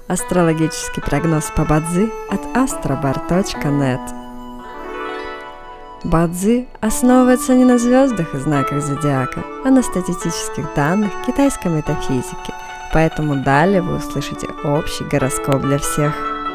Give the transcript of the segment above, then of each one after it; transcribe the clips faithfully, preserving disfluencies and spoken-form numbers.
Астрологический прогноз по Бадзи от астробар точка нет. Бадзи основывается не на звездах и знаках зодиака, а на статистических данных китайской метафизики, поэтому далее вы услышите общий гороскоп для всех.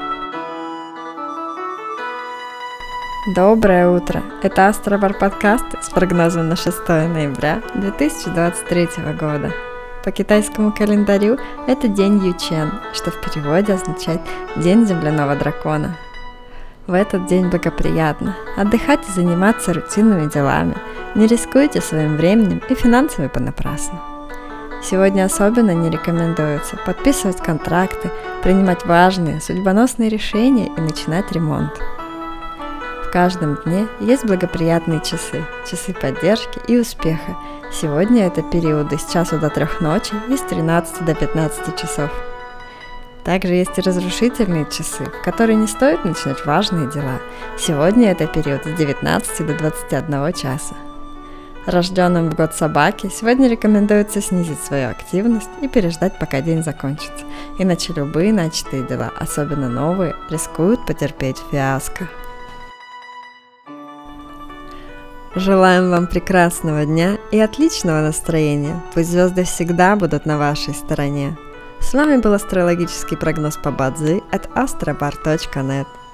Доброе утро! Это Астробар подкаст с прогнозом на шестое ноября две тысячи двадцать третьего года. По китайскому календарю это день Ючен, что в переводе означает «День земляного дракона». В этот день благоприятно отдыхать и заниматься рутинными делами, не рискуйте своим временем и финансами понапрасну. Сегодня особенно не рекомендуется подписывать контракты, принимать важные, судьбоносные решения и начинать ремонт. В каждом дне есть благоприятные часы, часы поддержки и успеха. Сегодня это периоды с часу до трех ночи и с тринадцати до пятнадцати часов. Также есть и разрушительные часы, в которые не стоит начинать важные дела. Сегодня это период с девятнадцати до двадцати одного часа. Рожденным в год собаки сегодня рекомендуется снизить свою активность и переждать, пока день закончится, иначе любые начатые дела, особенно новые, рискуют потерпеть фиаско. Желаем вам прекрасного дня и отличного настроения. Пусть звезды всегда будут на вашей стороне. С вами был астрологический прогноз по Бадзи от астробар точка нет.